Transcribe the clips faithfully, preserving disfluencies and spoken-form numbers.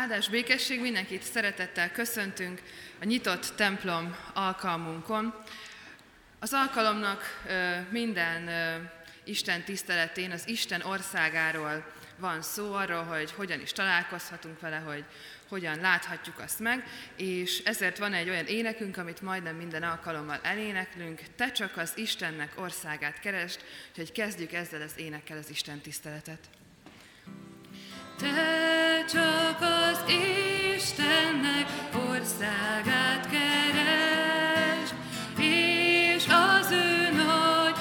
Áldás békesség, mindenkit szeretettel köszöntünk a nyitott templom alkalmunkon. Az alkalomnak minden Isten tiszteletén az Isten országáról van szó, arról, hogy hogyan is találkozhatunk vele, hogy hogyan láthatjuk azt meg, és ezért van egy olyan énekünk, amit majdnem minden alkalommal eléneklünk, te csak az Istennek országát keresd, úgyhogy kezdjük ezzel az énekkel az Isten tiszteletet. Te csak az Istennek országát keresd, és az ő nagy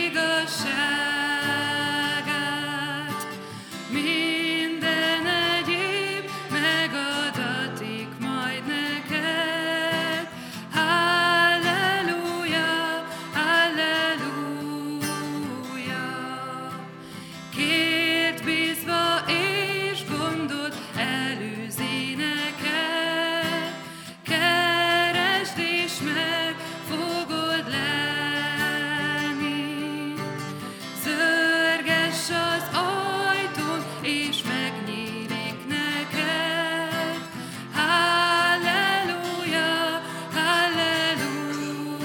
igazságát. Minden egyéb megadatik majd neked. Halleluja, halleluja. Kért bízva és gondot előzi neked, keresd és meg fogod lelni. Zörgess az ajtón és megnyílik neked. Halleluja, halleluja.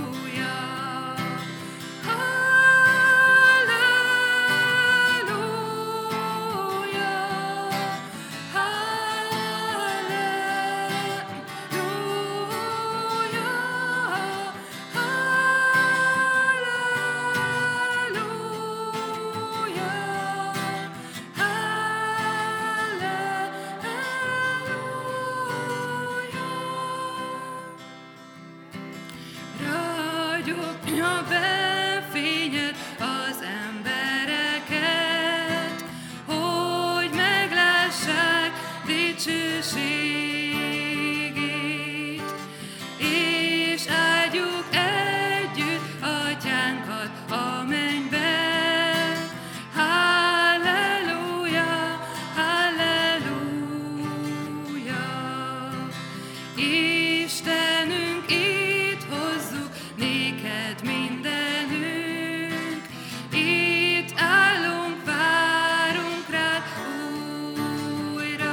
Ragyogja be fényed az embereket, hogy meglássák dicsőségét, és áldjuk együtt atyánkat a mennyben. Halleluja, halleluja. Istenünk, itt hozzuk néked mindenünk, itt állunk, várunk rád újra.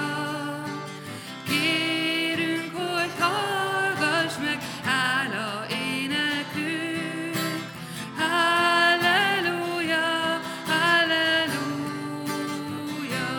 Kérünk, hogy hallgass meg hála énekünk. Halleluja, halleluja.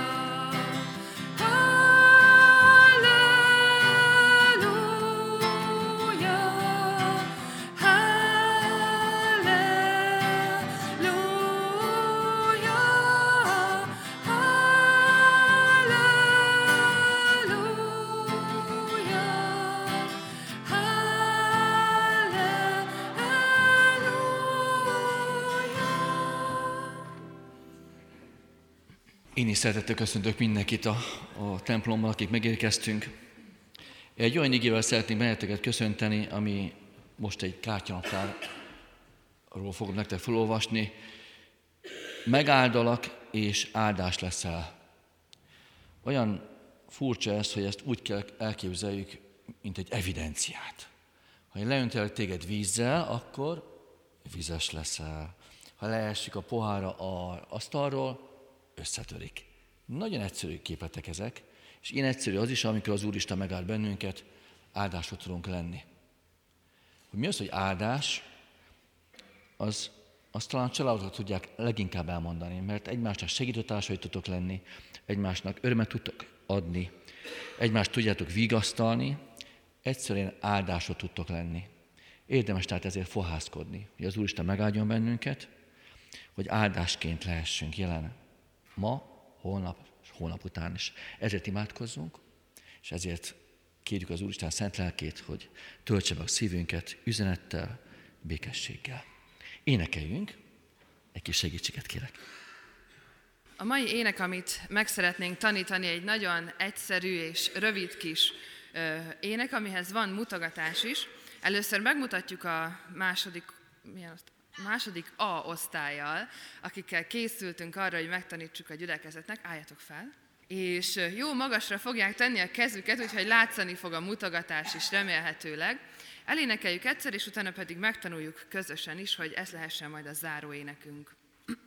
Én is szeretettel köszöntök mindenkit a, a templomban, akik megérkeztünk. Egy olyan igével szeretnék benneteket köszönteni, ami most egy kártyanaptárról fogom nektek felolvasni. Megáldalak, és áldás leszel. Olyan furcsa ez, hogy ezt úgy kell elképzeljük, mint egy evidenciát. Ha én leöntelek téged vízzel, akkor vizes leszel. Ha leessük a pohára az asztalról, összetörik. Nagyon egyszerű képetek ezek, és ilyen egyszerű az is, amikor az Úristen megáld bennünket, áldásra tudunk lenni. Hogy mi az, hogy áldás, az, az talán a családok tudják leginkább elmondani, mert egymásnak segítőtársai tudtok lenni, egymásnak örömet tudtok adni, egymást tudjátok vigasztalni, egyszerűen áldásra tudtok lenni. Érdemes tehát ezért fohászkodni, hogy az Úristen megáldjon bennünket, hogy áldásként lehessünk jelen. Ma, holnap, és holnap után is. Ezért imádkozzunk, és ezért kérjük az Úristen szent lelkét, hogy töltse meg a szívünket üzenettel, békességgel. Énekeljünk, egy kis segítséget kérek. A mai ének, amit meg szeretnénk tanítani, egy nagyon egyszerű és rövid kis ö, ének, amihez van mutogatás is. Először megmutatjuk a második, milyen azt? második A osztállyal, akikkel készültünk arra, hogy megtanítsuk a gyülekezetnek, álljatok fel, és jó magasra fogják tenni a kezüket, úgyhogy látszani fog a mutogatás is remélhetőleg. Elénekeljük egyszer, és utána pedig megtanuljuk közösen is, hogy ez lehessen majd a záró énekünk.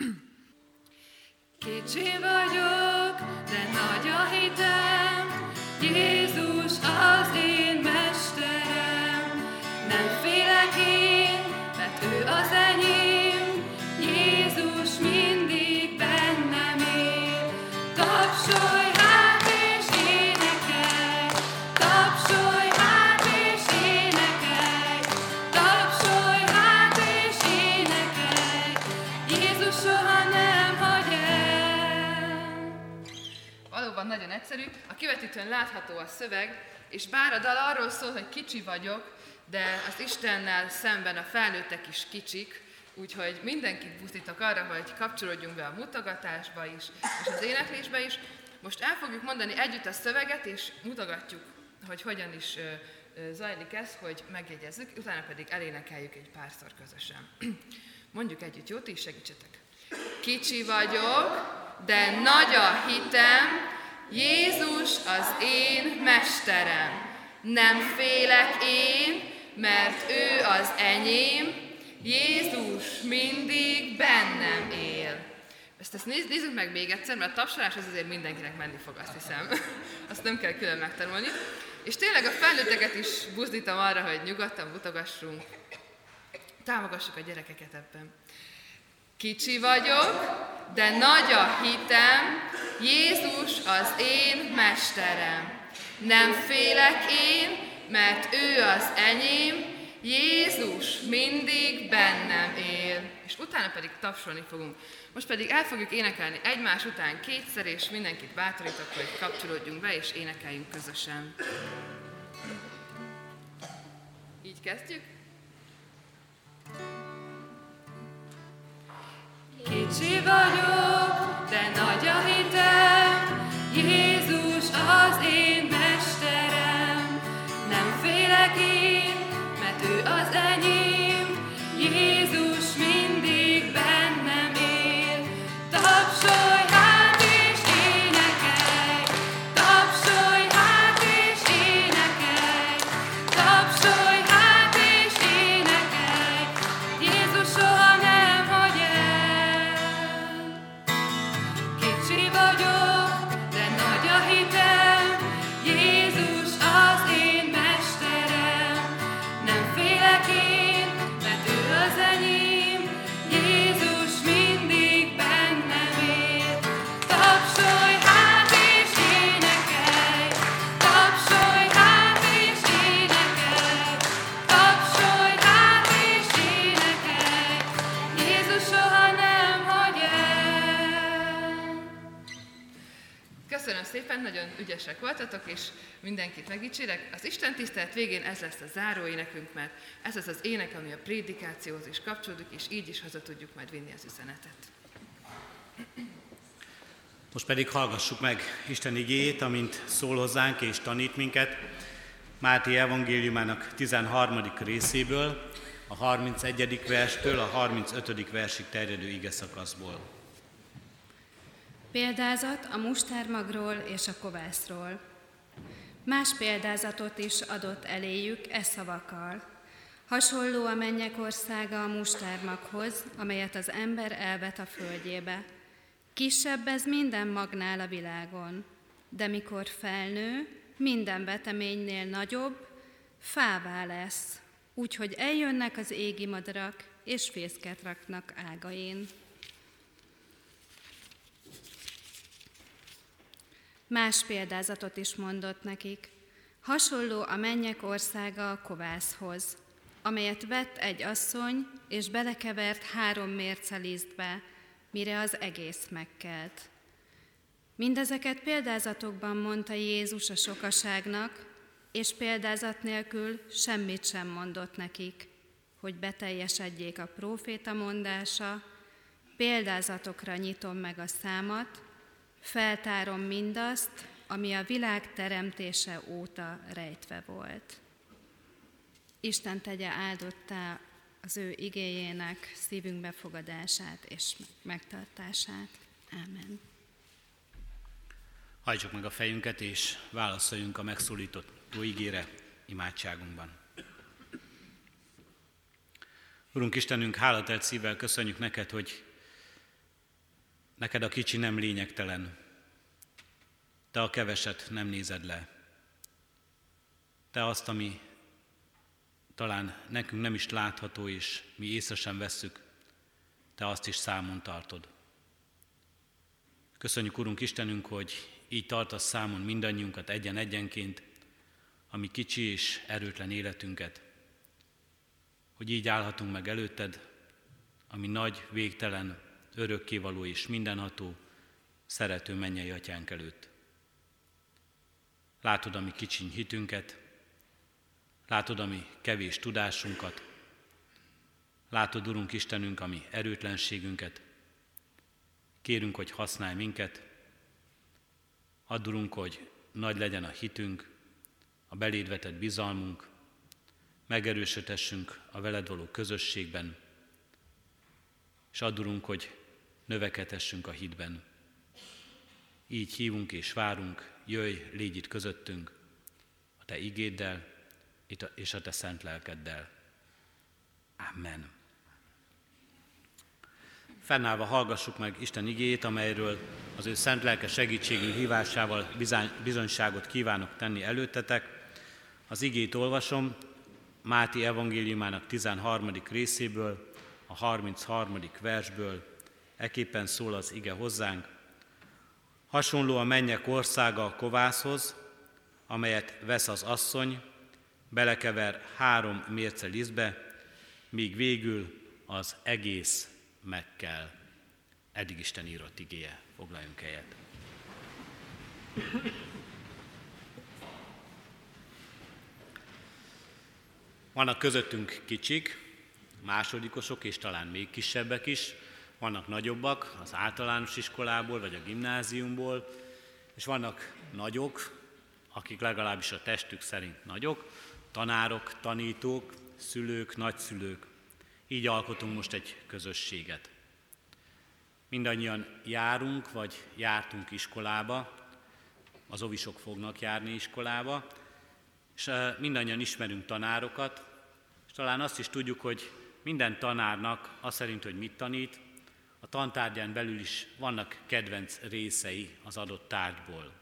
Kicsi vagyok, de nagy a hitem, Jézus az én mesterem, nem félek én, mert ő az enyém, Jézus mindig bennem él. Tapsolj hát és énekelj, tapsolj hát és énekelj, tapsolj hát és énekelj, Jézus soha nem hagy el. Valóban nagyon egyszerű, a kivetítőn látható a szöveg, és bár a dal arról szól, hogy kicsi vagyok, de az Istennel szemben a felnőttek is kicsik, úgyhogy mindenkit buzdítok arra, hogy kapcsolódjunk be a mutogatásba is, és az éneklésbe is. Most el fogjuk mondani együtt a szöveget, és mutogatjuk, hogy hogyan is ö, ö, zajlik ez, hogy megjegyezzük, utána pedig elénekeljük egy párszor közösen. Mondjuk együtt, jó? Ti is segítsetek. Kicsi vagyok, de nagy a hitem, Jézus az én mesterem. Nem félek én, mert ő az enyém, Jézus mindig bennem él. Ezt, ezt nézz, nézzük meg még egyszer, mert a tapsolás az azért mindenkinek menni fog, azt hiszem. Azt nem kell külön megtanulni. És tényleg a felnőtteket is buzdítom arra, hogy nyugodtan mutogassunk. Támogassuk a gyerekeket ebben. Kicsi vagyok, de nagy a hitem, Jézus az én mesterem. Nem félek én, mert ő az enyém, Jézus mindig bennem él. És utána pedig tapsolni fogunk. Most pedig el fogjuk énekelni egymás után kétszer, és mindenkit bátorítok, hogy kapcsolódjunk be, és énekeljünk közösen. Így kezdjük? Kicsi vagyok, de nagy a hitem, Jézus az én mesterem. Nem félek én, mert ő az enyém, Jézus mindig bennem él. Tapsolj hát és énekelj, tapsolj hát és énekelj, tapsolj hát és énekelj, Jézus soha nem hagy el. Kicsi vagyok, de nagy a hitem, Jézus az én mesterem. Nem félek én, mert ő az enyém, Jézus mindig bennem él. Tapsolj hát és énekelj, tapsolj hát és énekelj, tapsolj hát és énekelj, Jézus soha nem hagy el. Köszönöm szépen, nagyon ügyesek voltatok, és mindenkit megdicsérek. Az Isten tisztelet végén ez lesz a záró énekünk, mert ez az az ének, ami a prédikációhoz is kapcsolódik, és így is haza tudjuk majd vinni az üzenetet. Most pedig hallgassuk meg Isten igéjét, amint szól hozzánk és tanít minket Máté evangéliumának tizenharmadik részéből, a harmincegyedik verstől a harmincötödik versig terjedő igeszakaszból. Példázat a mustármagról és a kovászról. Más példázatot is adott eléjük e szavakkal. Hasonló a mennyek országa a mustármaghoz, amelyet az ember elvet a földjébe. Kisebb ez minden magnál a világon, de mikor felnő, minden veteménynél nagyobb, fává lesz, úgyhogy eljönnek az égi madarak, és fészket raknak ágain. Más példázatot is mondott nekik. Hasonló a mennyek országa a kovászhoz, amelyet vett egy asszony, és belekevert három mérce lisztbe, mire az egész megkelt. Mindezeket példázatokban mondta Jézus a sokaságnak, és példázat nélkül semmit sem mondott nekik, hogy beteljesedjék a próféta mondása, példázatokra nyitom meg a számat, feltárom mindazt, ami a világ teremtése óta rejtve volt. Isten tegye áldottá az ő igéjének szívünk befogadását és megtartását. Ámen. Hajtsuk meg a fejünket és válaszoljunk a megszólított igére imádságunkban. Urunk Istenünk, hálatelt szívvel köszönjük neked, hogy neked a kicsi nem lényegtelen, te a keveset nem nézed le. Te azt, ami talán nekünk nem is látható, és mi észre sem vesszük, Te azt is számon tartod. Köszönjük, Urunk Istenünk, hogy így tartasz számon mindannyiunkat egyen-egyenként, ami kicsi és erőtlen életünket, hogy így állhatunk meg előtted, ami nagy, végtelen, örökkévaló és mindenható, szerető mennyei Atyánk előtt. Látod a mi kicsiny hitünket, látod a mi kevés tudásunkat, látod, Urunk Istenünk, a mi erőtlenségünket. Kérünk, hogy használj minket, add, Urunk, hogy nagy legyen a hitünk, a beléd vetett bizalmunk, megerősödhessünk a veled való közösségben, és add, Urunk, hogy növekedhessünk a hitben. Így hívunk és várunk, jöjj, légy itt közöttünk, a Te igéddel és a Te szent lelkeddel. Amen. Fennállva hallgassuk meg Isten igéjét, amelyről az ő szent lelke segítségű hívásával bizonyságot kívánok tenni előttetek. Az igét olvasom Máté evangéliumának tizenharmadik részéből, a harmincharmadik versből. Eképpen szól az ige hozzánk. Hasonló a mennyek országa a kovászhoz, amelyet vesz az asszony, belekever három mérce lisztbe, míg végül az egész megkel. Eddig Isten írott igéje. Foglaljunk helyet. Vannak közöttünk kicsik, másodikosok és talán még kisebbek is, vannak nagyobbak az általános iskolából vagy a gimnáziumból, és vannak nagyok, akik legalábbis a testük szerint nagyok, tanárok, tanítók, szülők, nagyszülők. Így alkotunk most egy közösséget. Mindannyian járunk, vagy jártunk iskolába, az ovisok fognak járni iskolába, és mindannyian ismerünk tanárokat, és talán azt is tudjuk, hogy minden tanárnak az szerint, hogy mit tanít, a tantárgyán belül is vannak kedvenc részei az adott tárgyból.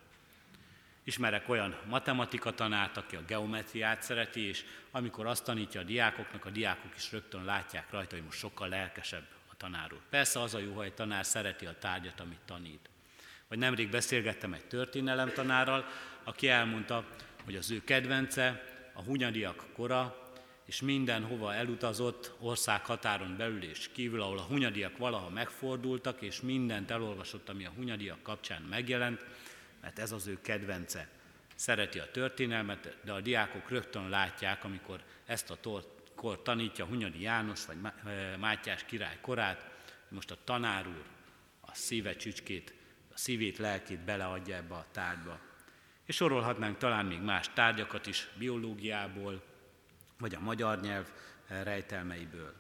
Ismerek olyan matematika tanárt, aki a geometriát szereti, és amikor azt tanítja a diákoknak, a diákok is rögtön látják rajta, hogy most sokkal lelkesebb a tanár úr. Persze az a jó, ha egy tanár szereti a tárgyat, amit tanít. Vagy nemrég beszélgettem egy történelem tanárral, aki elmondta, hogy az ő kedvence a hunyadiak kora, és mindenhova elutazott országhatáron belül és kívül, ahol a hunyadiak valaha megfordultak, és mindent elolvasott, ami a hunyadiak kapcsán megjelent, mert ez az ő kedvence. Szereti a történelmet, de a diákok rögtön látják, amikor ezt a kor tanítja Hunyadi János vagy Mátyás király korát, hogy most a tanár úr a szíve csücskét, a szívét, lelkét beleadja ebbe a tárgyba. És sorolhatnánk talán még más tárgyakat is, biológiából, vagy a magyar nyelv rejtelmeiből.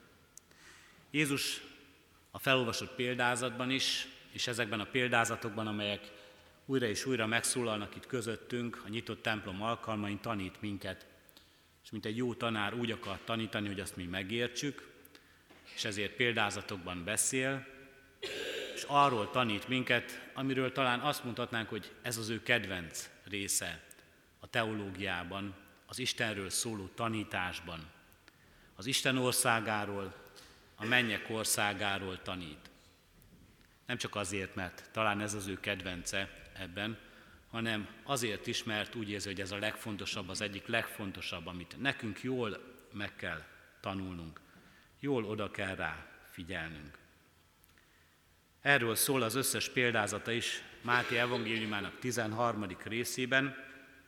Jézus a felolvasott példázatban is, és ezekben a példázatokban, amelyek újra és újra megszólalnak itt közöttünk, a nyitott templom alkalmain tanít minket, és mint egy jó tanár úgy akar tanítani, hogy azt mi megértsük, és ezért példázatokban beszél, és arról tanít minket, amiről talán azt mondhatnánk, hogy ez az ő kedvenc része a teológiában, az Istenről szóló tanításban. Az Isten országáról, a mennyek országáról tanít. Nem csak azért, mert talán ez az ő kedvence ebben, hanem azért is, mert úgy érzi, hogy ez a legfontosabb, az egyik legfontosabb, amit nekünk jól meg kell tanulnunk. Jól oda kell rá figyelnünk. Erről szól az összes példázata is Máté evangéliumának tizenharmadik részében.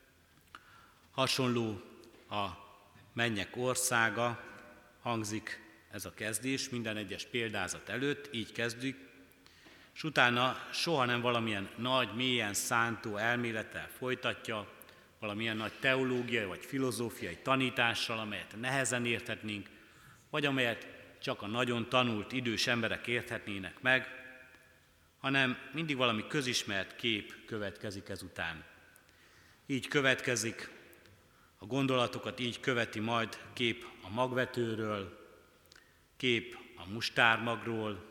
Hasonló a mennyek országa, hangzik ez a kezdés minden egyes példázat előtt, így kezdjük, és utána soha nem valamilyen nagy, mélyen szántó elmélettel folytatja, valamilyen nagy teológiai vagy filozófiai tanítással, amelyet nehezen érthetnénk, vagy amelyet csak a nagyon tanult idős emberek érthetnének meg, hanem mindig valami közismert kép következik ezután. Így következik, a gondolatokat így követi majd kép a magvetőről, kép a mustármagról,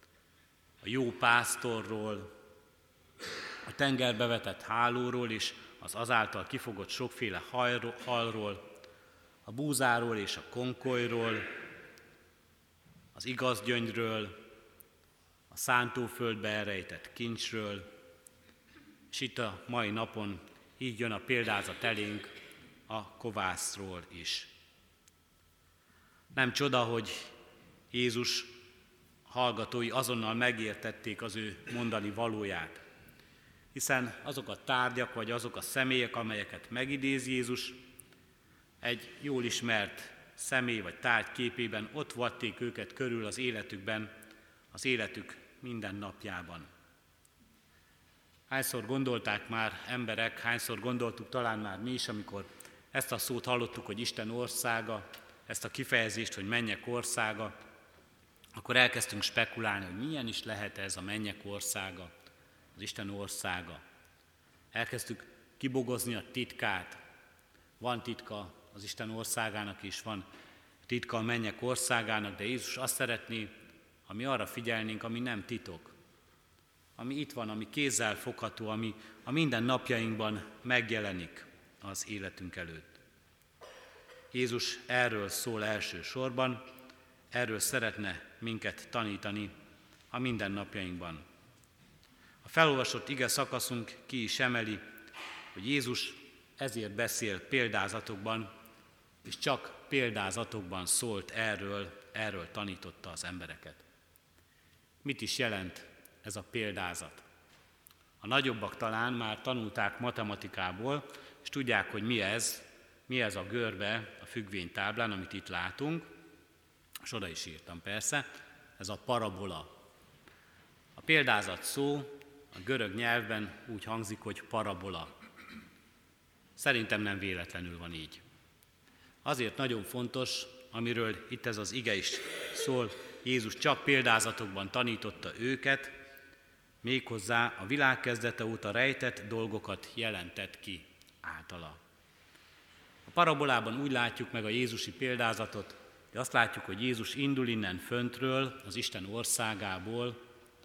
a jó pásztorról, a tengerbe vetett hálóról, és az azáltal kifogott sokféle halról, a búzáról és a konkolyról, az igaz gyöngyről, a szántóföldbe elrejtett kincsről, és itt a mai napon így jön a példázat elénk a kovászról is. Nem csoda, hogy Jézus hallgatói azonnal megértették az ő mondani valóját, hiszen azok a tárgyak, vagy azok a személyek, amelyeket megidéz Jézus, egy jól ismert személy vagy tárgy képében ott vették őket körül az életükben, az életük minden napjában. Hányszor gondolták már emberek, hányszor gondoltuk talán már mi is, amikor ezt a szót hallottuk, hogy Isten országa, ezt a kifejezést, hogy mennyek országa, akkor elkezdtünk spekulálni, hogy milyen is lehet ez a mennyek országa, az Isten országa. Elkezdtük kibogozni a titkát. Van titka az Isten országának is, van titka a mennyek országának, de Jézus azt szeretné, ha mi arra figyelnénk, ami nem titok, ami itt van, ami kézzel fogható, ami a minden napjainkban megjelenik az életünk előtt. Jézus erről szól elsősorban, erről szeretne minket tanítani a mindennapjainkban. A felolvasott ige szakaszunk ki is emeli, hogy Jézus ezért beszél példázatokban, és csak példázatokban szólt erről, erről tanította az embereket. Mit is jelent ez a példázat? A nagyobbak talán már tanulták matematikából, és tudják, hogy mi ez, mi ez a görbe a függvénytáblán, amit itt látunk, és oda is írtam persze, ez a parabola. A példázat szó a görög nyelvben úgy hangzik, hogy parabola. Szerintem nem véletlenül van így. Azért nagyon fontos, amiről itt ez az ige is szól, Jézus csak példázatokban tanította őket, méghozzá a világ kezdete óta rejtett dolgokat jelentett ki általa. A parabolában úgy látjuk meg a jézusi példázatot, hogy azt látjuk, hogy Jézus indul innen föntről, az Isten országából,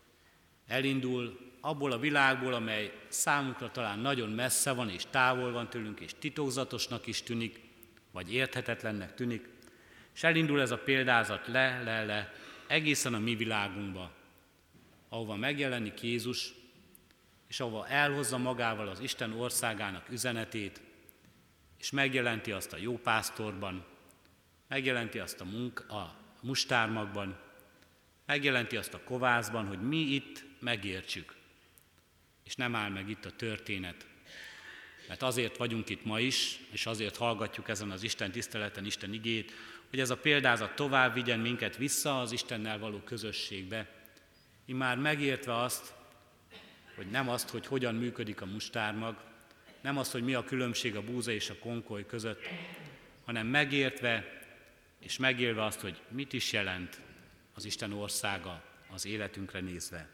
elindul abból a világból, amely számunkra talán nagyon messze van és távol van tőlünk, és titokzatosnak is tűnik, vagy érthetetlennek tűnik, és elindul ez a példázat le, le, le, egészen a mi világunkba, ahova megjelenik Jézus, és ahova elhozza magával az Isten országának üzenetét, és megjelenti azt a jó pásztorban, megjelenti azt a, munk, a mustármagban, megjelenti azt a kovászban, hogy mi itt megértsük. És nem áll meg itt a történet. Mert azért vagyunk itt ma is, és azért hallgatjuk ezen az Isten tiszteleten Isten igét, hogy ez a példázat tovább vigyen minket vissza az Istennel való közösségbe. Immár megértve azt, hogy nem azt, hogy hogyan működik a mustármag, nem azt, hogy mi a különbség a búza és a konkoly között, hanem megértve és megélve azt, hogy mit is jelent az Isten országa az életünkre nézve.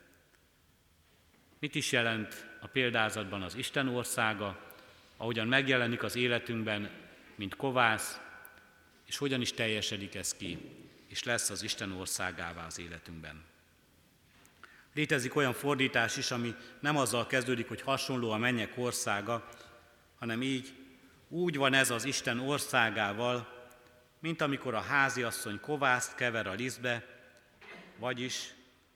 Mit is jelent a példázatban az Isten országa, ahogyan megjelenik az életünkben, mint kovász, és hogyan is teljesedik ez ki, és lesz az Isten országává az életünkben. Létezik olyan fordítás is, ami nem azzal kezdődik, hogy hasonló a mennyek országa, hanem így, úgy van ez az Isten országával, mint amikor a háziasszony kovászt kever a lisztbe, vagyis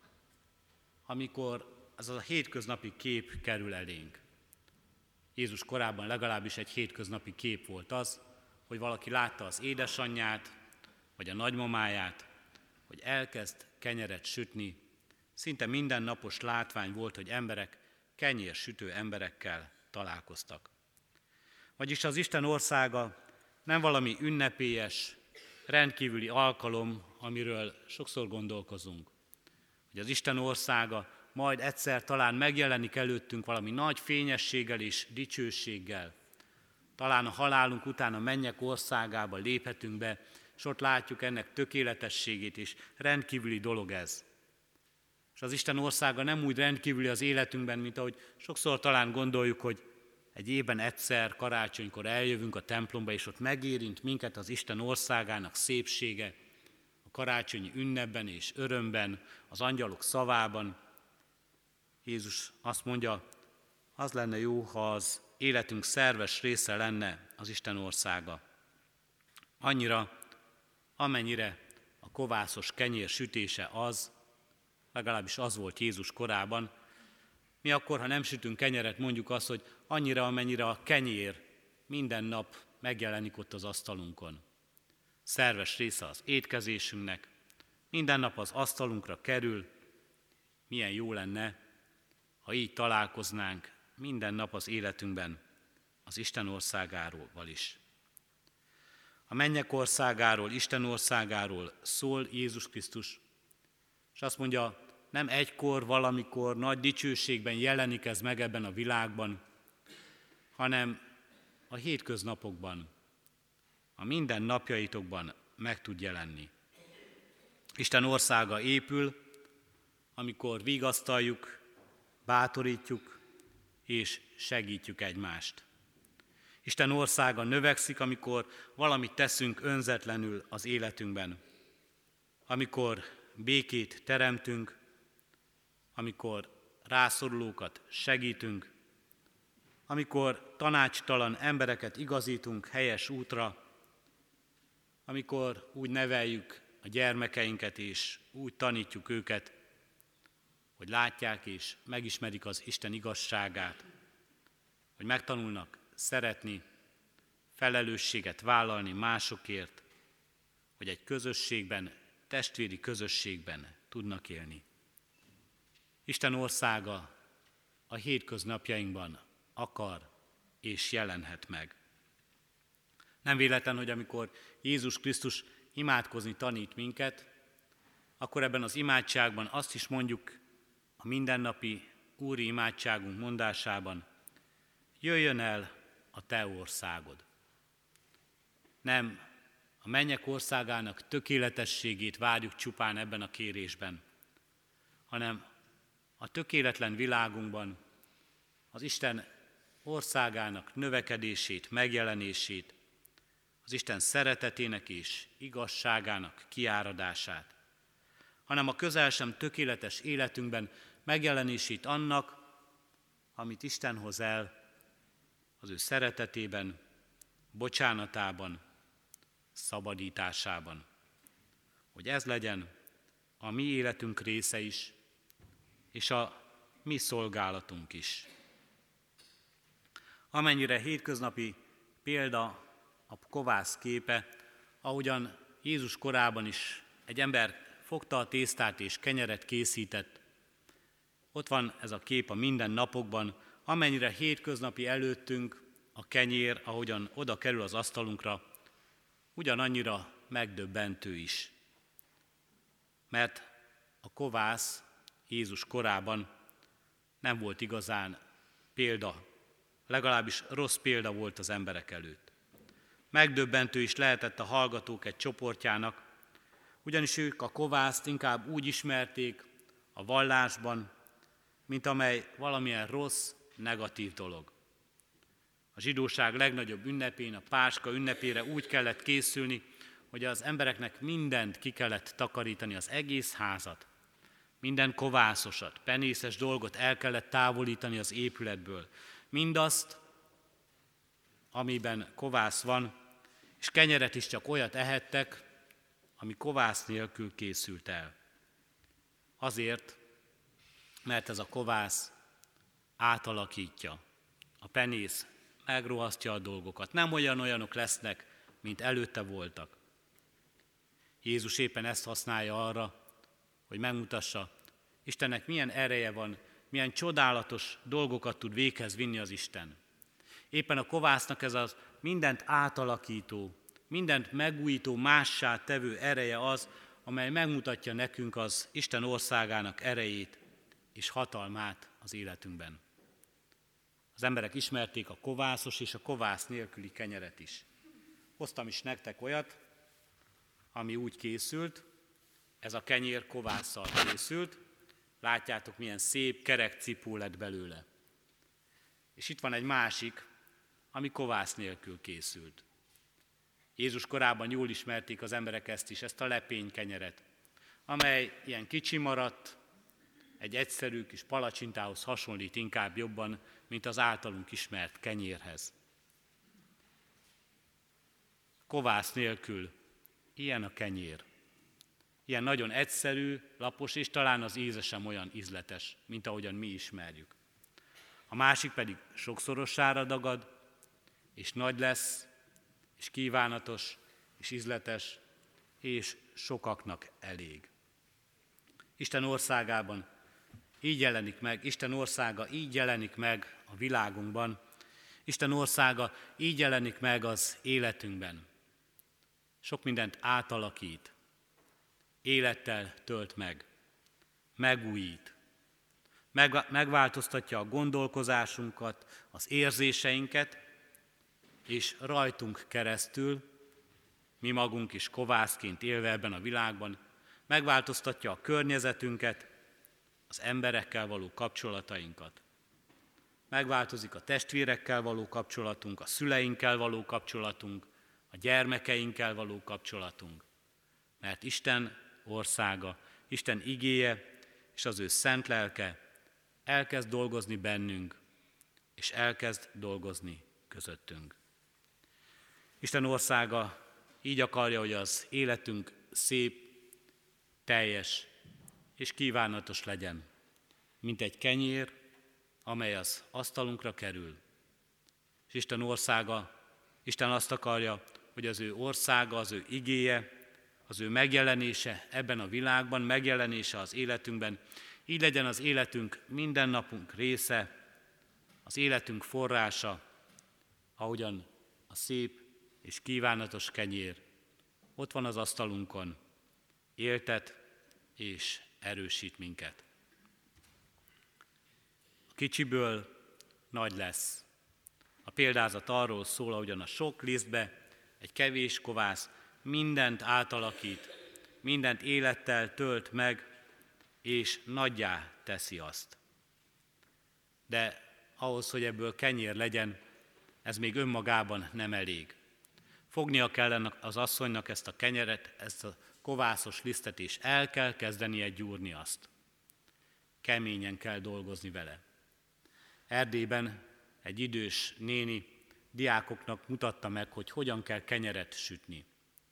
amikor az a hétköznapi kép kerül elénk. Jézus korában legalábbis egy hétköznapi kép volt az, hogy valaki látta az édesanyját, vagy a nagymamáját, hogy elkezd kenyeret sütni. Szinte mindennapos látvány volt, hogy emberek kenyérsütő emberekkel találkoztak. Vagyis az Isten országa nem valami ünnepélyes, rendkívüli alkalom, amiről sokszor gondolkozunk. Hogy az Isten országa majd egyszer talán megjelenik előttünk valami nagy fényességgel és dicsőséggel. Talán a halálunk után a mennyek országába léphetünk be, és ott látjuk ennek tökéletességét, és rendkívüli dolog ez. És az Isten országa nem úgy rendkívüli az életünkben, mint ahogy sokszor talán gondoljuk, hogy egy évben egyszer, karácsonykor eljövünk a templomba, és ott megérint minket az Isten országának szépsége, a karácsonyi ünnepben és örömben, az angyalok szavában. Jézus azt mondja, az lenne jó, ha az életünk szerves része lenne az Isten országa. Annyira, amennyire a kovászos kenyér sütése az, legalábbis az volt Jézus korában. Mi akkor, ha nem sütünk kenyeret, mondjuk azt, hogy annyira, amennyire a kenyér minden nap megjelenik ott az asztalunkon. Szerves része az étkezésünknek, minden nap az asztalunkra kerül. Milyen jó lenne, ha így találkoznánk minden nap az életünkben az Isten országáról is. A mennyek országáról, Isten országáról szól Jézus Krisztus, és azt mondja, nem egykor, valamikor, nagy dicsőségben jelenik ez meg ebben a világban, hanem a hétköznapokban, a minden napjaitokban meg tud jelenni. Isten országa épül, amikor vigasztaljuk, bátorítjuk és segítjük egymást. Isten országa növekszik, amikor valamit teszünk önzetlenül az életünkben. Amikor békét teremtünk, amikor rászorulókat segítünk, amikor tanácstalan embereket igazítunk helyes útra, amikor úgy neveljük a gyermekeinket és úgy tanítjuk őket, hogy látják és megismerik az Isten igazságát, hogy megtanulnak szeretni, felelősséget vállalni másokért, hogy egy közösségben, testvéri közösségben tudnak élni. Isten országa a hétköznapjainkban akar és jelenhet meg. Nem véletlen, hogy amikor Jézus Krisztus imádkozni tanít minket, akkor ebben az imádságban azt is mondjuk a mindennapi úri imádságunk mondásában, jöjjön el a te országod. Nem a mennyek országának tökéletességét várjuk csupán ebben a kérésben, hanem a tökéletlen világunkban az Isten országának növekedését, megjelenését, az Isten szeretetének és igazságának kiáradását, hanem a közel sem tökéletes életünkben megjelenését annak, amit Isten hoz el az ő szeretetében, bocsánatában, szabadításában. Hogy ez legyen a mi életünk része is, és a mi szolgálatunk is. Amennyire hétköznapi példa a kovász képe, ahogyan Jézus korában is egy ember fogta a tésztát és kenyeret készített, ott van ez a kép a minden napokban, amennyire hétköznapi előttünk a kenyér, ahogyan oda kerül az asztalunkra, ugyanannyira megdöbbentő is. Mert a kovász Jézus korában nem volt igazán példa, legalábbis rossz példa volt az emberek előtt. Megdöbbentő is lehetett a hallgatók egy csoportjának, ugyanis ők a kovászt inkább úgy ismerték a vallásban, mint amely valamilyen rossz, negatív dolog. A zsidóság legnagyobb ünnepén, a Páska ünnepére úgy kellett készülni, hogy az embereknek mindent ki kellett takarítani, az egész házat. Minden kovászosat, penészes dolgot el kellett távolítani az épületből. Mindazt, amiben kovász van, és kenyeret is csak olyat ehettek, ami kovász nélkül készült el. Azért, mert ez a kovász átalakítja. A penész megrohasztja a dolgokat. Nem olyan-olyanok lesznek, mint előtte voltak. Jézus éppen ezt használja arra, hogy megmutassa, Istennek milyen ereje van, milyen csodálatos dolgokat tud véghez vinni az Isten. Éppen a kovásznak ez az mindent átalakító, mindent megújító, mássá tevő ereje az, amely megmutatja nekünk az Isten országának erejét és hatalmát az életünkben. Az emberek ismerték a kovászos és a kovász nélküli kenyeret is. Hoztam is nektek olyat, ami úgy készült, ez a kenyér kovásszal készült. Látjátok, milyen szép, kerek cipó lett belőle. És itt van egy másik, ami kovász nélkül készült. Jézus korában jól ismerték az emberek ezt is, ezt a lepény kenyeret, amely ilyen kicsi maradt, egy egyszerű kis palacsintához hasonlít inkább jobban, mint az általunk ismert kenyérhez. Kovász nélkül ilyen a kenyér. Ilyen nagyon egyszerű, lapos, és talán az íze sem olyan ízletes, mint ahogyan mi ismerjük. A másik pedig sokszorosára dagad, és nagy lesz, és kívánatos, és ízletes, és sokaknak elég. Isten országában így jelenik meg, Isten országa így jelenik meg a világunkban, Isten országa így jelenik meg az életünkben. Sok mindent átalakít, élettel tölt meg, megújít, meg, megváltoztatja a gondolkozásunkat, az érzéseinket, és rajtunk keresztül, mi magunk is kovászként élve ebben a világban, megváltoztatja a környezetünket, az emberekkel való kapcsolatainkat. Megváltozik a testvérekkel való kapcsolatunk, a szüleinkkel való kapcsolatunk, a gyermekeinkkel való kapcsolatunk. Mert Isten országa, Isten igéje és az ő szent lelke elkezd dolgozni bennünk, és elkezd dolgozni közöttünk. Isten országa így akarja, hogy az életünk szép, teljes és kívánatos legyen, mint egy kenyér, amely az asztalunkra kerül. És Isten országa, Isten azt akarja, hogy az ő országa, az ő igéje, az ő megjelenése ebben a világban, megjelenése az életünkben, így legyen az életünk minden napunk része, az életünk forrása, ahogyan a szép és kívánatos kenyér ott van az asztalunkon, éltet és erősít minket. A kicsiből nagy lesz. A példázat arról szól, ahogyan a sok lisztbe egy kevés kovász mindent átalakít, mindent élettel tölt meg, és nagyjá teszi azt. De ahhoz, hogy ebből kenyér legyen, ez még önmagában nem elég. Fognia kell az asszonynak ezt a kenyeret, ezt a kovászos lisztet, és el kell kezdenie gyúrni azt. Keményen kell dolgozni vele. Erdélyben egy idős néni diákoknak mutatta meg, hogy hogyan kell kenyeret sütni.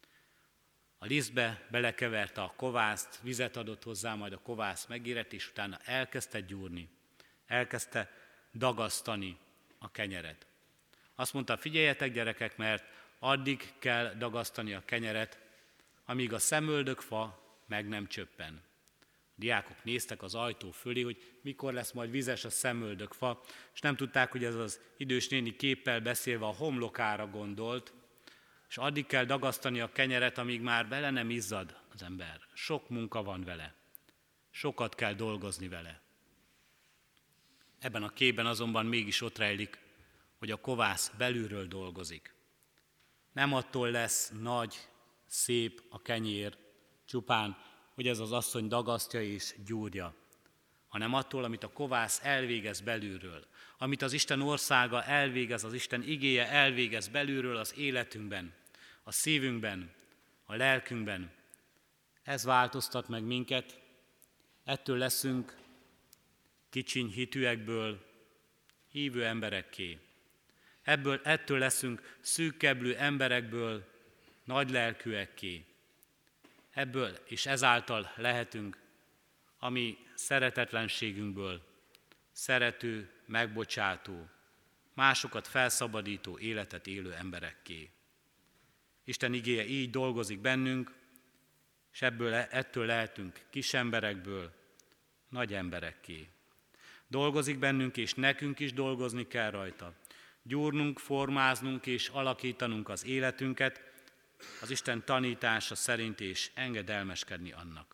A lisztbe belekeverte a kovászt, vizet adott hozzá, majd a kovász megérett, és utána elkezdte gyúrni. Elkezdte dagasztani a kenyeret. Azt mondta, figyeljetek gyerekek, mert addig kell dagasztani a kenyeret, amíg a szemöldökfa meg nem csöppen. A diákok néztek az ajtó fölé, hogy mikor lesz majd vizes a szemöldökfa, és nem tudták, hogy ez az idős néni képpel beszélve a homlokára gondolt, és addig kell dagasztani a kenyeret, amíg már bele nem izzad az ember. Sok munka van vele. Sokat kell dolgozni vele. Ebben a képben azonban mégis ott rejlik, hogy a kovász belülről dolgozik. Nem attól lesz nagy, szép a kenyér, csupán, hogy ez az asszony dagasztja és gyúrja, hanem attól, amit a kovász elvégez belülről, amit az Isten országa elvégez, az Isten igéje elvégez belülről az életünkben, a szívünkben, a lelkünkben. Ez változtat meg minket, ettől leszünk kicsiny hitűekből hívő emberekké. Ebből, ettől leszünk szűkkeblő emberekből nagy lelkűekké. Ebből és ezáltal lehetünk a mi szeretetlenségünkből szerető, megbocsátó, másokat felszabadító életet élő emberekké. Isten igéje így dolgozik bennünk, és ebből, ettől lehetünk kis emberekből nagy emberekké. Dolgozik bennünk, és nekünk is dolgozni kell rajta. Gyúrnunk, formáznunk és alakítanunk az életünket az Isten tanítása szerint, és engedelmeskedni annak.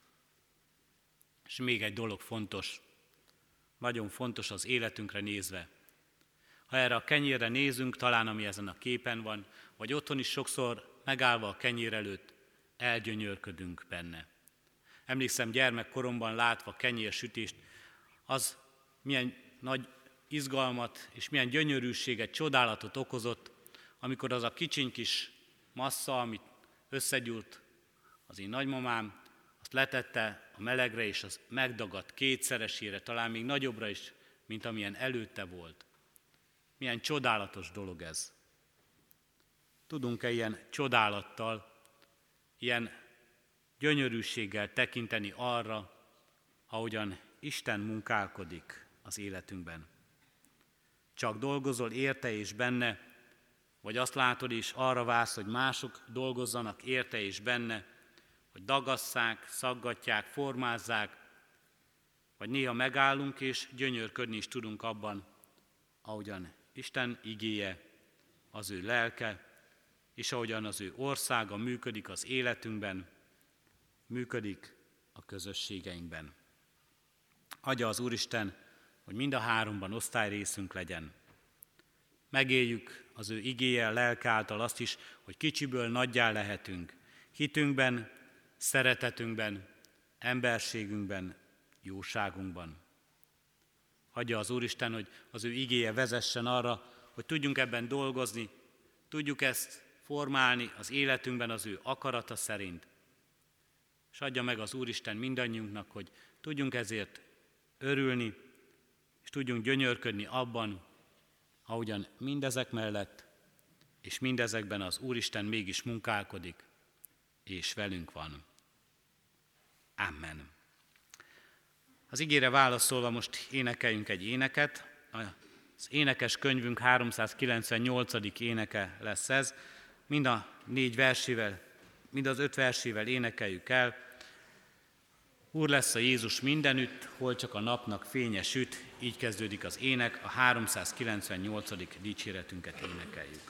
És még egy dolog fontos, nagyon fontos az életünkre nézve. Ha erre a kenyérre nézünk, talán ami ezen a képen van, vagy otthon is sokszor megállva a kenyér előtt, elgyönyörködünk benne. Emlékszem gyermekkoromban látva kenyérsütést, az milyen nagy izgalmat és milyen gyönyörűséget, csodálatot okozott, amikor az a kicsiny kis massza, amit összegyúrt az én nagymamám, azt letette a melegre, és az megdagadt kétszeresére, talán még nagyobbra is, mint amilyen előtte volt. Milyen csodálatos dolog ez. Tudunk-e ilyen csodálattal, ilyen gyönyörűséggel tekinteni arra, ahogyan Isten munkálkodik az életünkben? Csak dolgozol érte és benne, vagy azt látod és arra vársz, hogy mások dolgozzanak érte és benne, hogy dagasszák, szaggatják, formázzák, vagy néha megállunk és gyönyörködni is tudunk abban, ahogyan Isten igéje, az ő lelke, és ahogyan az ő országa működik az életünkben, működik a közösségeinkben. Adja az Úristen, hogy mind a háromban osztályrészünk legyen. Megéljük az ő igéje, lelke által azt is, hogy kicsiből nagyjá lehetünk. Hitünkben, szeretetünkben, emberségünkben, jóságunkban. Hagyja az Úristen, hogy az ő igéje vezessen arra, hogy tudjunk ebben dolgozni, tudjuk ezt formálni az életünkben az ő akarata szerint. És adja meg az Úristen mindannyiunknak, hogy tudjunk ezért örülni, és tudjunk gyönyörködni abban, ahogyan mindezek mellett, és mindezekben az Úristen mégis munkálkodik, és velünk van. Amen. Az igére válaszolva most énekeljünk egy éneket. Az énekes könyvünk háromszázkilencvennyolcadik éneke lesz ez. Mind a négy versével, mind az öt versével énekeljük el. Úr lesz a Jézus mindenütt, hol csak a napnak fénye süt. Így kezdődik az ének, a háromszázkilencvennyolcadik dicséretünket énekeljük.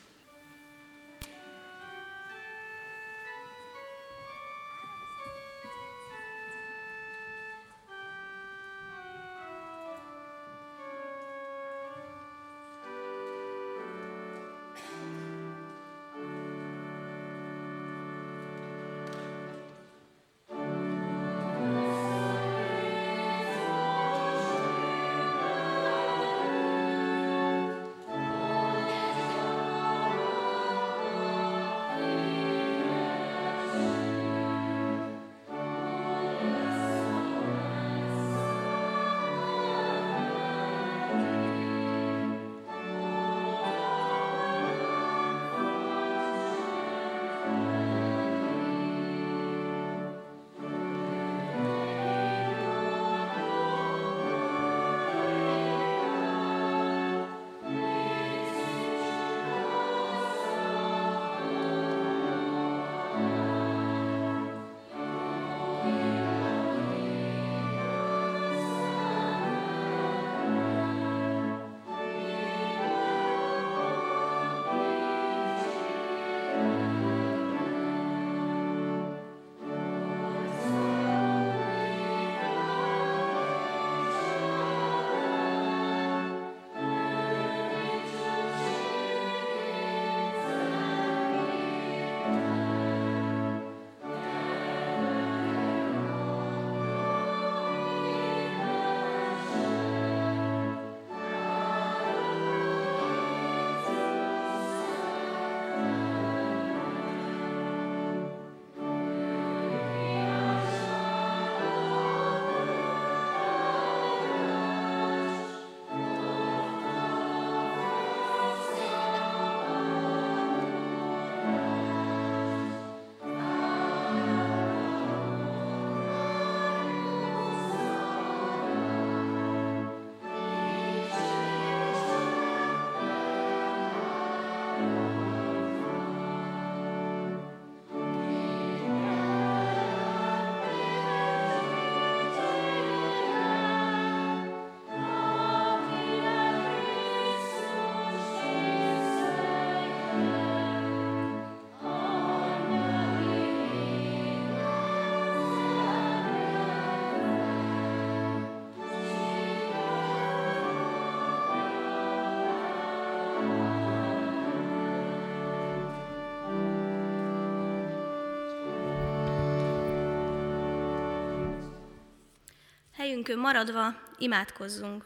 Helyünkön maradva imádkozzunk.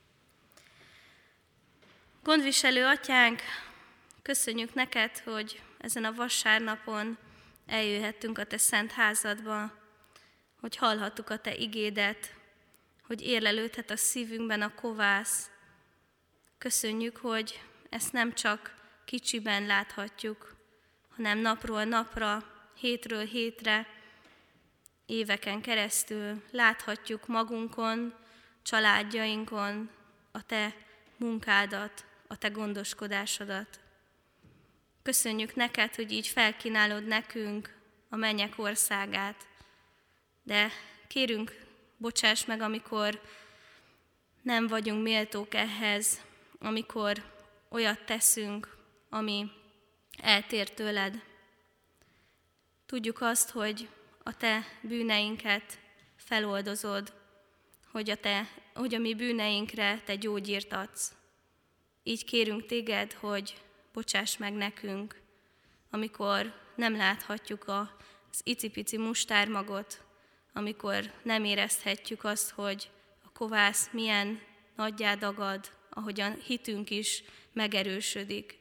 Gondviselő Atyánk, köszönjük neked, hogy ezen a vasárnapon eljöhettünk a te szent házadba, hogy hallhattuk a te igédet, hogy érlelődhet a szívünkben a kovász. Köszönjük, hogy ezt nem csak kicsiben láthatjuk, hanem napról napra, hétről hétre, éveken keresztül láthatjuk magunkon, családjainkon a Te munkádat, a Te gondoskodásodat. Köszönjük neked, hogy így felkínálod nekünk a mennyek országát, de kérünk, bocsáss meg, amikor nem vagyunk méltók ehhez, amikor olyat teszünk, ami eltér tőled. Tudjuk azt, hogy a Te bűneinket feloldozod, hogy a, te, hogy a mi bűneinkre Te gyógyírt adsz. Így kérünk Téged, hogy bocsáss meg nekünk, amikor nem láthatjuk az icipici mustármagot, amikor nem érezhetjük azt, hogy a kovász milyen nagyjá dagad, ahogyan hitünk is megerősödik.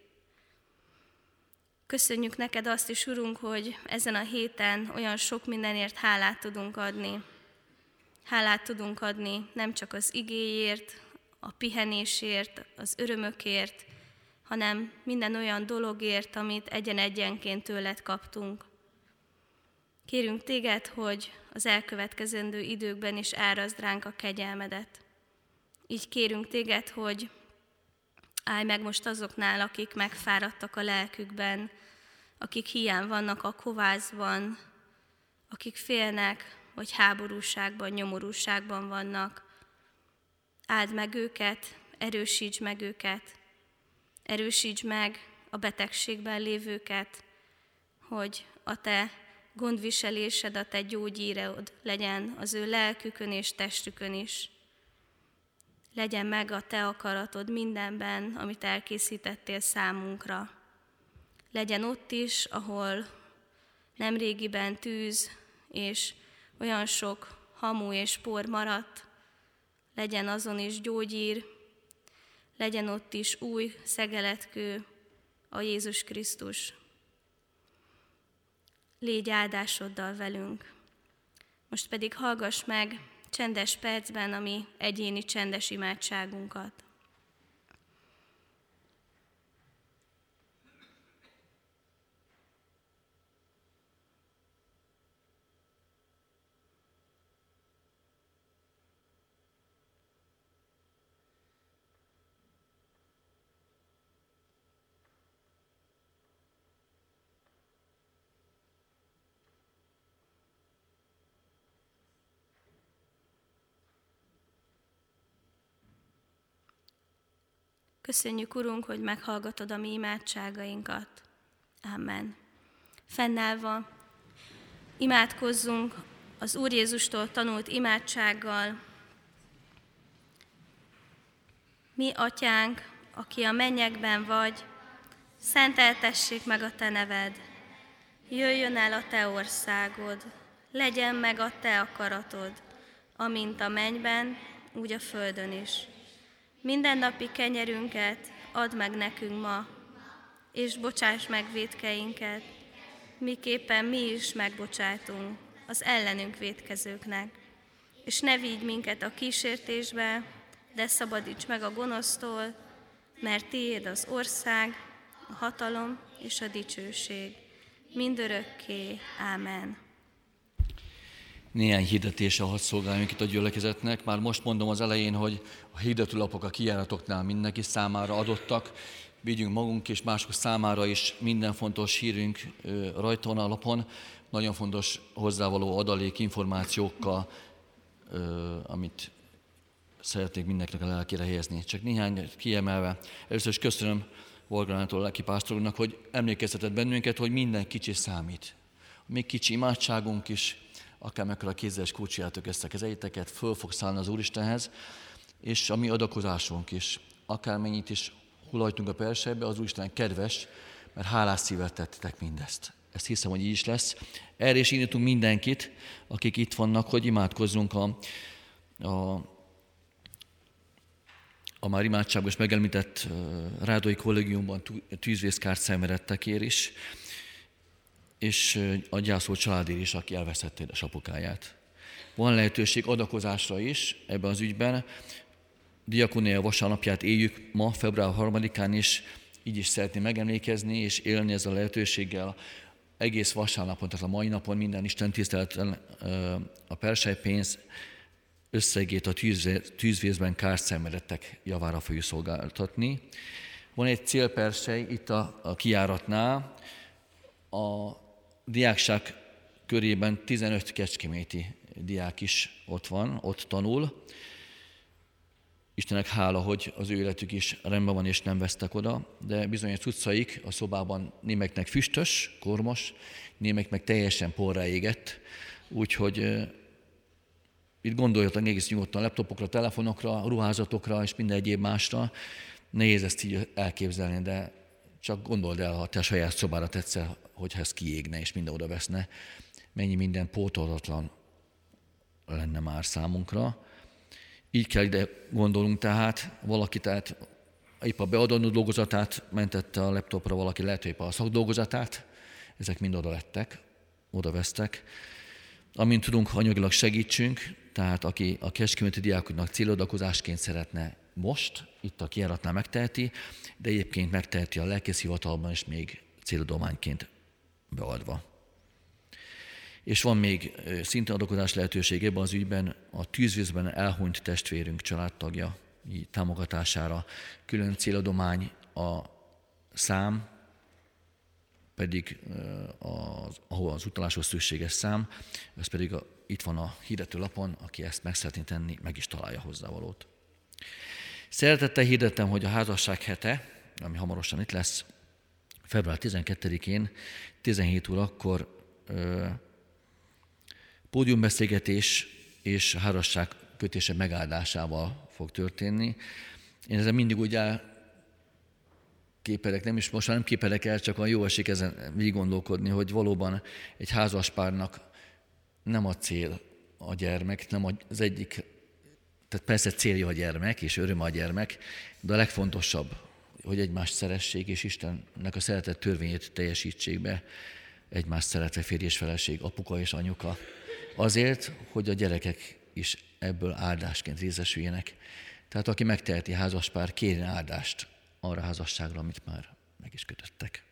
Köszönjük neked azt is, Urunk, hogy ezen a héten olyan sok mindenért hálát tudunk adni. Hálát tudunk adni nem csak az igéért, a pihenésért, az örömökért, hanem minden olyan dologért, amit egyen-egyenként tőled kaptunk. Kérünk Téged, hogy az elkövetkezendő időkben is árazd ránk a kegyelmedet. Így kérünk Téged, hogy állj meg most azoknál, akik megfáradtak a lelkükben, akik hiány vannak a kovászban, akik félnek, vagy háborúságban, nyomorúságban vannak. Áld meg őket, erősíts meg őket, erősíts meg a betegségben lévőket, hogy a Te gondviselésed, a Te gyógyírod legyen az ő lelkükön és testükön is. Legyen meg a Te akaratod mindenben, amit elkészítettél számunkra. Legyen ott is, ahol nemrégiben tűz és olyan sok hamu és por maradt, legyen azon is gyógyír, legyen ott is új szegeletkő, a Jézus Krisztus. Légy áldásoddal velünk. Most pedig hallgass meg csendes percben a mi egyéni csendes imádságunkat. Köszönjük, Urunk, hogy meghallgatod a mi imádságainkat. Amen. Fennállva imádkozzunk az Úr Jézustól tanult imádsággal. Mi, Atyánk, aki a mennyekben vagy, szenteltessék meg a Te neved. Jöjjön el a Te országod, legyen meg a Te akaratod, amint a mennyben, úgy a földön is. Mindennapi kenyerünket add meg nekünk ma, és bocsáss meg vétkeinket, miképpen mi is megbocsátunk az ellenünk vétkezőknek. És ne vigy minket a kísértésbe, de szabadíts meg a gonosztól, mert Tiéd az ország, a hatalom és a dicsőség, mindörökké. Ámen. Néhány hirdetése hadd szolgáljunk itt a gyülekezetnek. Már most mondom az elején, hogy a hirdetőlapok a kijáratoknál mindenki számára adottak. Vigyünk magunk és mások számára is minden fontos hírünk rajta van a lapon. Nagyon fontos hozzávaló adalék információkkal, amit szeretnék mindenkinek a lelkére helyezni. Csak néhány kiemelve. Először is köszönöm Volgranától a lelkipásztorunknak, hogy emlékeztetett bennünket, hogy minden kicsi számít. Még kicsi imádságunk is, akár mekkora kézzel és kulcsoljátok ezt a kezeiteket, föl fog szállni az Úristenhez, és a mi adakozásunk is, akármennyit is hulajtunk a persejbe, az Úristen kedves, mert hálás szívvel tettetek mindezt. Ezt hiszem, hogy így is lesz. Erre is indítunk mindenkit, akik itt vannak, hogy imádkozzunk a, a, a már imádságban is megemlített Rádói Kollégiumban tűzvészkárt szenvedettekért is, és a gyászoló családért is, aki elvesztette édesapukáját. Van lehetőség adakozásra is ebben az ügyben. Diakónia vasárnapját éljük ma, február harmadikán is, így is szeretném megemlékezni és élni ezzel a lehetőséggel. Egész vasárnapon, tehát a mai napon minden Isten tiszteleten a perselypénz összegét a tűzvészben kárszenvedettek javára fogjuk szolgáltatni. Van egy célpersely itt a, a kijáratnál, a diákság körében tizenöt kecskeméti diák is ott van, ott tanul. Istennek hála, hogy az ő életük is rendben van, és nem vesztek oda, de bizonyos cuccaik a szobában némeknek füstös, kormos, némek meg teljesen porrá égett, úgyhogy uh, itt gondoljatok egész nyugodtan laptopokra, telefonokra, ruházatokra és minden egyéb másra. Nehéz ezt így elképzelni, de csak gondold el, ha te a saját szobára tetszel, hogyha ez kiégne és minden oda veszne, mennyi minden pótolhatlan lenne már számunkra. Így kell ide gondolunk tehát, valaki tehát épp a beadandó dolgozatát mentette a laptopra, valaki lehet, hogy épp a szakdolgozatát, ezek mind oda lettek, oda vesztek. Amint tudunk, anyagilag segítsünk, tehát aki a kecskeméti diákoknak céladakozásként szeretne most, itt a kijáratnál megteheti, de egyébként megteheti a lelkészhivatalban is még céladományként beadva. És van még szintén adakozás lehetőség ebben az ügyben, a tűzvészben elhunyt testvérünk családtagja támogatására külön céladomány a szám, pedig az, ahol az utaláshoz szükséges szám, ez pedig a, itt van a hirdetőlapon, aki ezt meg szeretné tenni, meg is találja hozzávalót. Szeretettel hirdettem, hogy a házasság hete, ami hamarosan itt lesz, február tizenkettedikén, tizenhét órakor ö, pódiumbeszélgetés és házasság kötése megáldásával fog történni. Én ezen mindig úgy elképelek, nem is most már nem képelek el, csak a jó esik ezen végig gondolkodni, hogy valóban egy házaspárnak nem a cél a gyermek, nem az egyik, tehát persze célja a gyermek, és öröm a gyermek, de a legfontosabb, hogy egymást szeressék, és Istennek a szeretet törvényét teljesítsék be, egymást szeretve férj és feleség, apuka és anyuka, azért, hogy a gyerekek is ebből áldásként részesüljenek. Tehát aki megteheti házaspár, kérjen áldást arra a házasságra, amit már meg is kötöttek.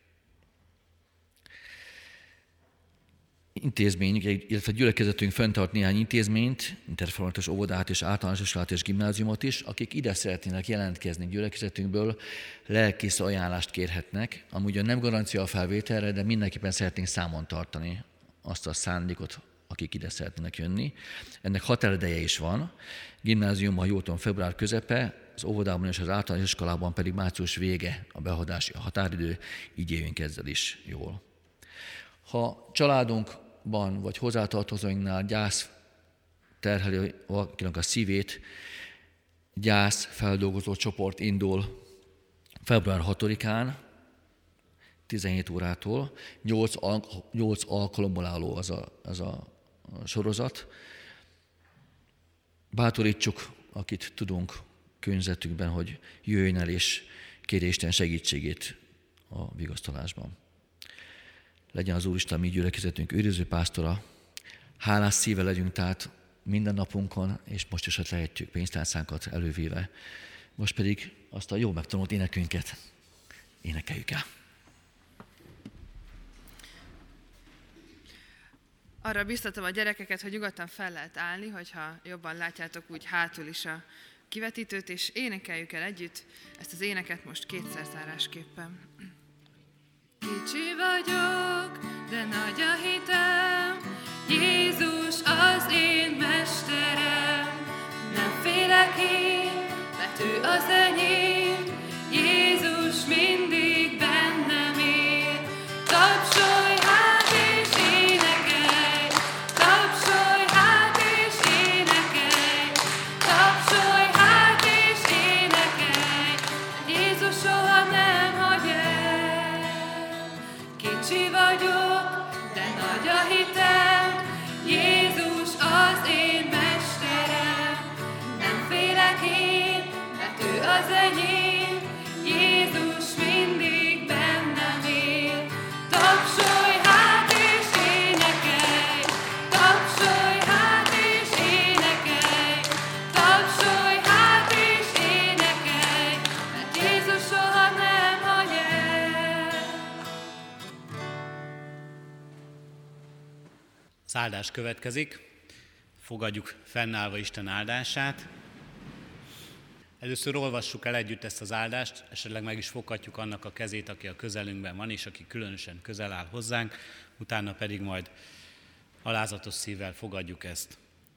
Intézmény, illetve gyülekezetünk fenntart néhány intézményt, interformátus óvodát és általános iskolát és gimnáziumot is, akik ide szeretnének jelentkezni gyülekezetünkből, lelkész ajánlást kérhetnek, amúgy nem garancia a felvételre, de mindenképpen szeretnénk számon tartani azt a szándékot, akik ide szeretnének jönni. Ennek határideje is van, gimnáziumban jól tudom, február közepe, az óvodában és az általános iskolában pedig március vége a beadási határidő, így éljünk ezzel is jól. Ha családunkban vagy hozzátartozóinknál gyász terheli valakinek a szívét, gyász feldolgozó csoport indul február hatodikán, tizenhét órától, nyolc alkalomból álló az a, az a sorozat. Bátorítsuk, akit tudunk környezetünkben, hogy jöjjön el és kérje Isten segítségét a vigasztalásban. Legyen az Úristen mi gyülekezetünk őriző pásztora, hálás szíve legyünk tehát minden napunkon, és most is ott lehetjük pénztárcánkat elővéve. Most pedig azt a jó megtanult énekünket énekeljük el. Arra biztatom a gyerekeket, hogy nyugodtan fel lehet állni, hogyha jobban látjátok úgy hátul is a kivetítőt, és énekeljük el együtt ezt az éneket most kétszer zárásképpen. Kicsi vagyok, de nagy a hitem, Jézus az én mesterem. Nem félek én, mert ő az enyém, Jézus mindig bennem él. Tapsolj hát és énekelj, tapsolj hát és énekelj, tapsolj hát és énekelj, Jézus soha nem hagy el. Kicsi vagyok, de nagy a hitem, Jézus az én mesterem. Nem félek én, mert ő az enyém, Jézus mindig bennem él. Tapsolj hát és énekelj, tapsolj hát és énekelj, tapsolj hát és énekelj, mert Jézus soha nem hagy el. Az áldás következik. Fogadjuk fennállva Isten áldását. Először olvassuk el együtt ezt az áldást, esetleg meg is foghatjuk annak a kezét, aki a közelünkben van, és aki különösen közel áll hozzánk, utána pedig majd alázatos szívvel fogadjuk ezt.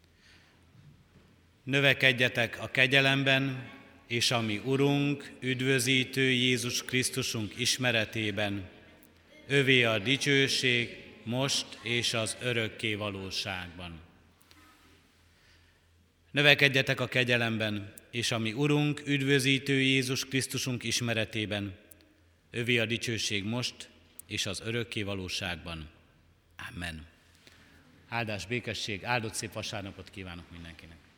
Növekedjetek a kegyelemben, és a mi Urunk, üdvözítő Jézus Krisztusunk ismeretében. Övé a dicsőség, most és az örökké valóságban. Növekedjetek a kegyelemben, és a mi Urunk, üdvözítő Jézus Krisztusunk ismeretében. Övé a dicsőség most és az örökké valóságban. Amen. Áldás, békesség, áldott szép vasárnapot kívánok mindenkinek.